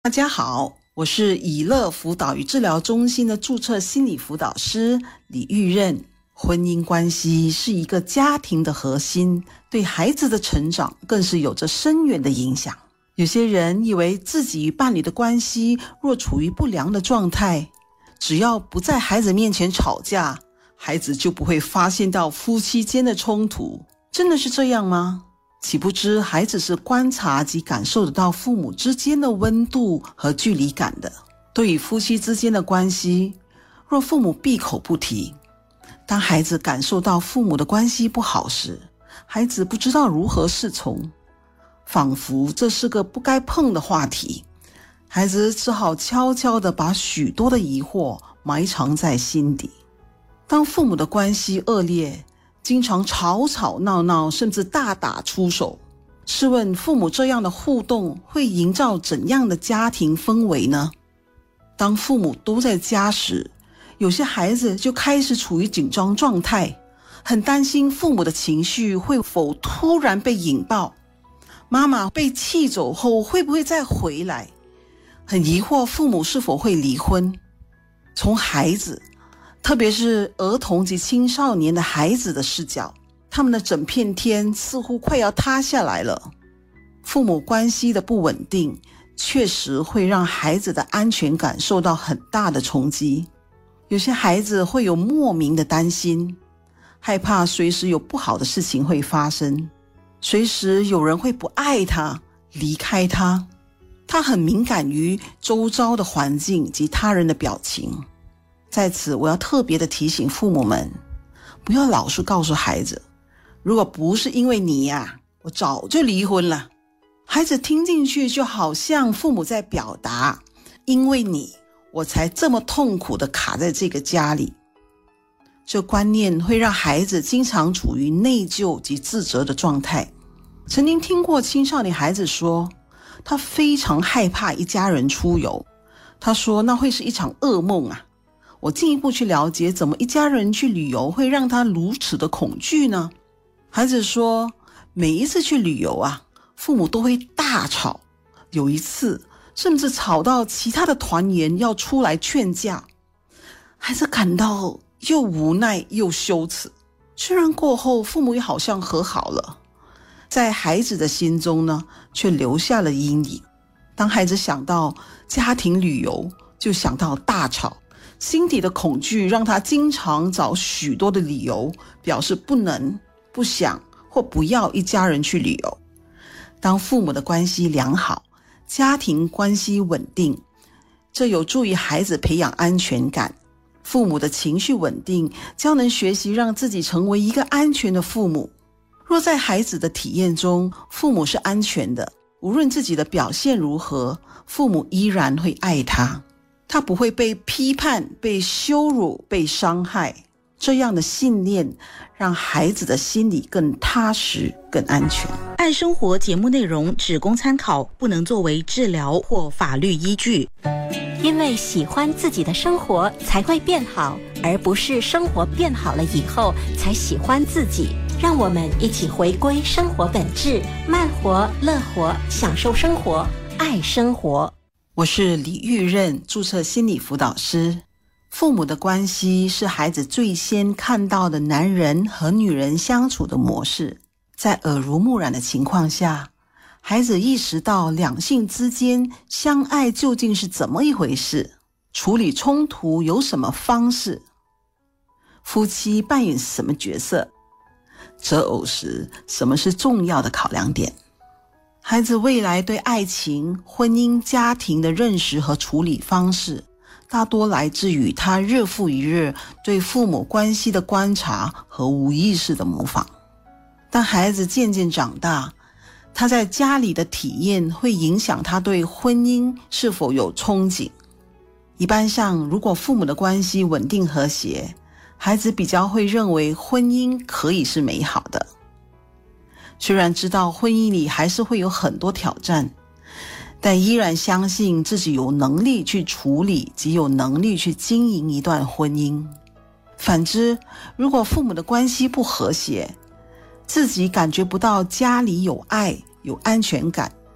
大家好，我是以乐辅导与治疗中心的注册心理辅导师李玉任。婚姻关系是一个家庭的核心，对孩子的成长更是有着深远的影响。有些人以为自己与伴侣的关系若处于不良的状态，只要不在孩子面前吵架，孩子就不会发现到夫妻间的冲突。真的是这样吗？岂不知孩子是观察及感受得到父母之间的温度和距离感的。对于夫妻之间的关系，若父母闭口不提，当孩子感受到父母的关系不好时，孩子不知道如何是从，仿佛这是个不该碰的话题，孩子只好悄悄地把许多的疑惑埋藏在心底。当父母的关系恶劣，经常吵吵闹闹，甚至大打出手，试问父母这样的互动会营造怎样的家庭氛围呢？当父母都在家时，有些孩子就开始处于紧张状态，很担心父母的情绪会否突然被引爆，妈妈被气走后会不会再回来，很疑惑父母是否会离婚。从孩子特别是儿童及青少年的孩子的视角，他们的整片天似乎快要塌下来了。父母关系的不稳定确实会让孩子的安全感受到很大的冲击。有些孩子会有莫名的担心，害怕随时有不好的事情会发生，随时有人会不爱他，离开他。他很敏感于周遭的环境及他人的表情。在此我要特别的提醒父母们，不要老是告诉孩子，如果不是因为你呀，我早就离婚了。孩子听进去就好像父母在表达，因为你，我才这么痛苦的卡在这个家里。这观念会让孩子经常处于内疚及自责的状态。曾经听过青少年孩子说，他非常害怕一家人出游，他说那会是一场噩梦啊。我进一步去了解，怎么一家人去旅游会让他如此的恐惧呢？孩子说，每一次去旅游啊，父母都会大吵，有一次甚至吵到其他的团员要出来劝架。孩子感到又无奈又羞耻，虽然过后父母也好像和好了，在孩子的心中呢，却留下了阴影。当孩子想到家庭旅游，就想到大吵，心底的恐惧让他经常找许多的理由，表示不能、不想或不要一家人去旅游。当父母的关系良好，家庭关系稳定，这有助于孩子培养安全感。父母的情绪稳定，将能学习让自己成为一个安全的父母。若在孩子的体验中，父母是安全的，无论自己的表现如何，父母依然会爱他。他不会被批判、被羞辱、被伤害。这样的信念让孩子的心里更踏实、更安全。 爱生活节目内容只供参考，不能作为治疗或法律依据。 因为喜欢自己的生活才会变好，而不是生活变好了以后才喜欢自己。让我们一起回归生活本质，慢活、乐活，享受生活，爱生活。 我是李玉任，注册心理辅导师。父母的关系是孩子最先看到的男人和女人相处的模式。在耳濡目染的情况下，孩子意识到两性之间相爱究竟是怎么一回事，处理冲突有什么方式，夫妻扮演什么角色，择偶时什么是重要的考量点。孩子未来对爱情、婚姻、家庭的认识和处理方式，大多来自于他日复一日对父母关系的观察和无意识的模仿。当孩子渐渐长大，他在家里的体验会影响他对婚姻是否有憧憬。一般上，如果父母的关系稳定和谐，孩子比较会认为婚姻可以是美好的。虽然知道婚姻里还是会有很多挑战，但依然相信自己有能力去处理及有能力去经营一段婚姻。反之，如果父母的关系不和谐，自己感觉不到家里有爱、有安全感，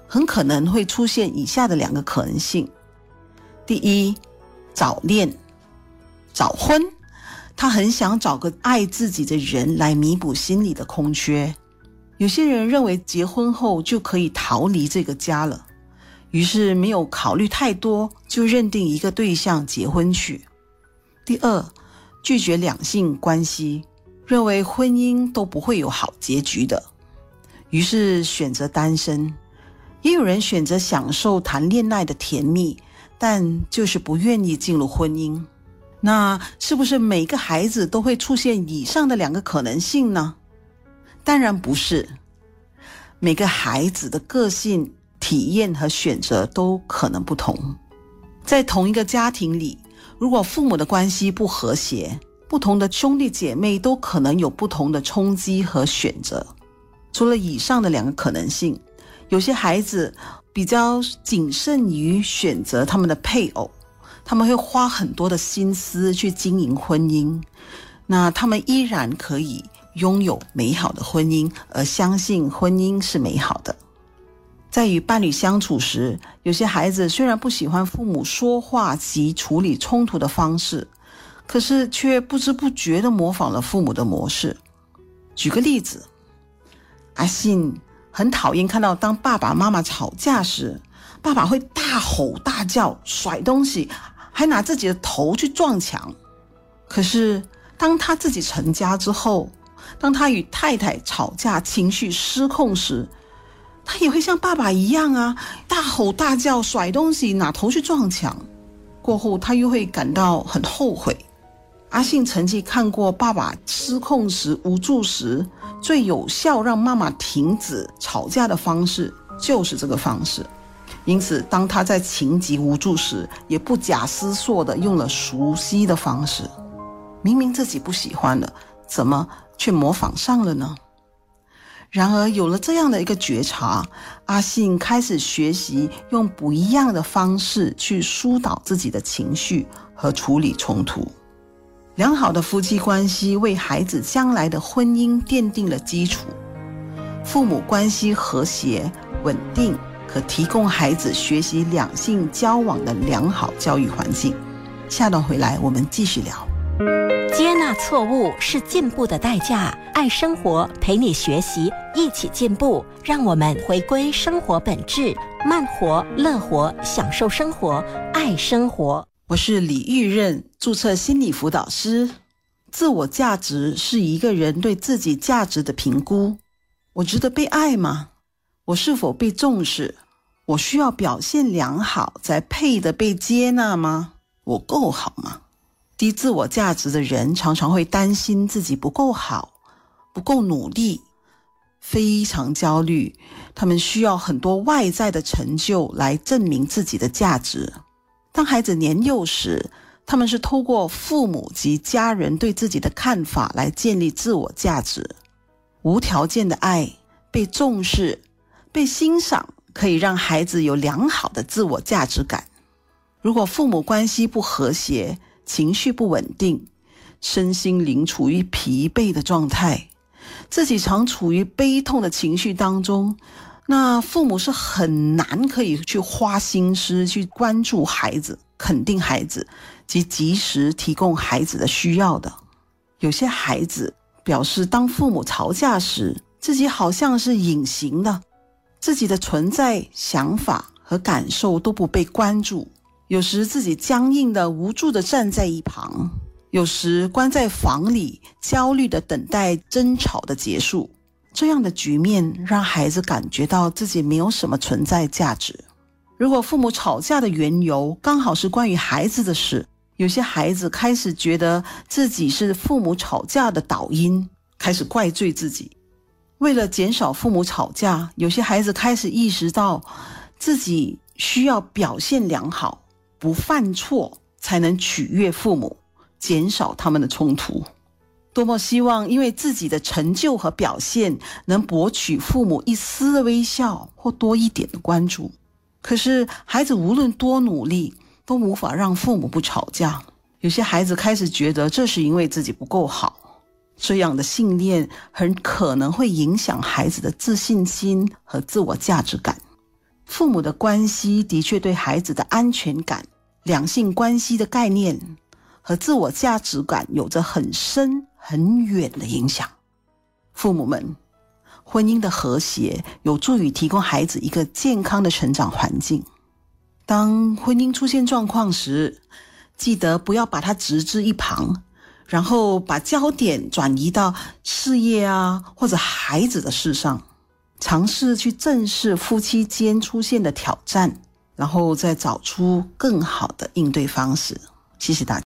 很可能会出现以下的2个可能性。第一，早恋、早婚，他很想找个爱自己的人来弥补心里的空缺。有些人认为结婚后就可以逃离这个家了，于是没有考虑太多，就认定一个对象结婚去。第二，拒绝两性关系，认为婚姻都不会有好结局的，于是选择单身。也有人选择享受谈恋爱的甜蜜，但就是不愿意进入婚姻。那是不是每个孩子都会出现以上的2个可能性呢？当然不是，每个孩子的个性、体验和选择都可能不同。在同一个家庭里，如果父母的关系不和谐，不同的兄弟姐妹都可能有不同的冲击和选择。除了以上的2个可能性，有些孩子比较谨慎于选择他们的配偶，他们会花很多的心思去经营婚姻，那他们依然可以拥有美好的婚姻，而相信婚姻是美好的。在与伴侣相处时，有些孩子虽然不喜欢父母说话及处理冲突的方式，可是却不知不觉地模仿了父母的模式。举个例子，阿信很讨厌看到当爸爸妈妈吵架时，爸爸会大吼大叫、甩东西，还拿自己的头去撞墙。可是当他自己成家之后，当他与太太吵架情绪失控时，他也会像爸爸一样大吼大叫、甩东西、拿头去撞墙。过后他又会感到很后悔。阿信曾经看过爸爸失控时、无助时，最有效让妈妈停止吵架的方式就是这个方式。因此当他在情急无助时，也不假思索地用了熟悉的方式。明明自己不喜欢的，怎么却模仿上了呢？然而有了这样的一个觉察，阿信开始学习用不一样的方式去疏导自己的情绪和处理冲突。良好的夫妻关系为孩子将来的婚姻奠定了基础。父母关系和谐稳定，可提供孩子学习两性交往的良好教育环境。下段回来我们继续聊。 接纳错误是进步的代价，爱生活陪你学习，一起进步。让我们回归生活本质，慢活、乐活，享受生活，爱生活。 我是李玉任，注册心理辅导师。自我价值是一个人对自己价值的评估。我值得被爱吗？我是否被重视？我需要表现良好才配得被接纳吗？我够好吗？低自我价值的人常常会担心自己不够好，不够努力，非常焦虑。他们需要很多外在的成就来证明自己的价值。当孩子年幼时，他们是透过父母及家人对自己的看法来建立自我价值。无条件的爱、被重视、被欣赏，可以让孩子有良好的自我价值感。如果父母关系不和谐，情绪不稳定，身心灵处于疲惫的状态，自己常处于悲痛的情绪当中，那父母是很难可以去花心思去关注孩子、肯定孩子及及时提供孩子的需要的。有些孩子表示，当父母吵架时，自己好像是隐形的，自己的存在、想法和感受都不被关注。有时自己僵硬的、无助的站在一旁，有时关在房里，焦虑的等待争吵的结束。这样的局面让孩子感觉到自己没有什么存在价值。如果父母吵架的缘由刚好是关于孩子的事，有些孩子开始觉得自己是父母吵架的导因，开始怪罪自己。为了减少父母吵架，有些孩子开始意识到自己需要表现良好，不犯错，才能取悦父母，减少他们的冲突。多么希望因为自己的成就和表现能博取父母一丝的微笑或多一点的关注。可是孩子无论多努力，都无法让父母不吵架。有些孩子开始觉得这是因为自己不够好，这样的信念很可能会影响孩子的自信心和自我价值感。 父母的关系的确对孩子的安全感、两性关系的概念和自我价值感有着很深很远的影响。父母们，婚姻的和谐有助于提供孩子一个健康的成长环境。当婚姻出现状况时，记得不要把它置之一旁，然后把焦点转移到事业或者孩子的事上，尝试去正视夫妻间出现的挑战，然后再找出更好的应对方式。谢谢大家。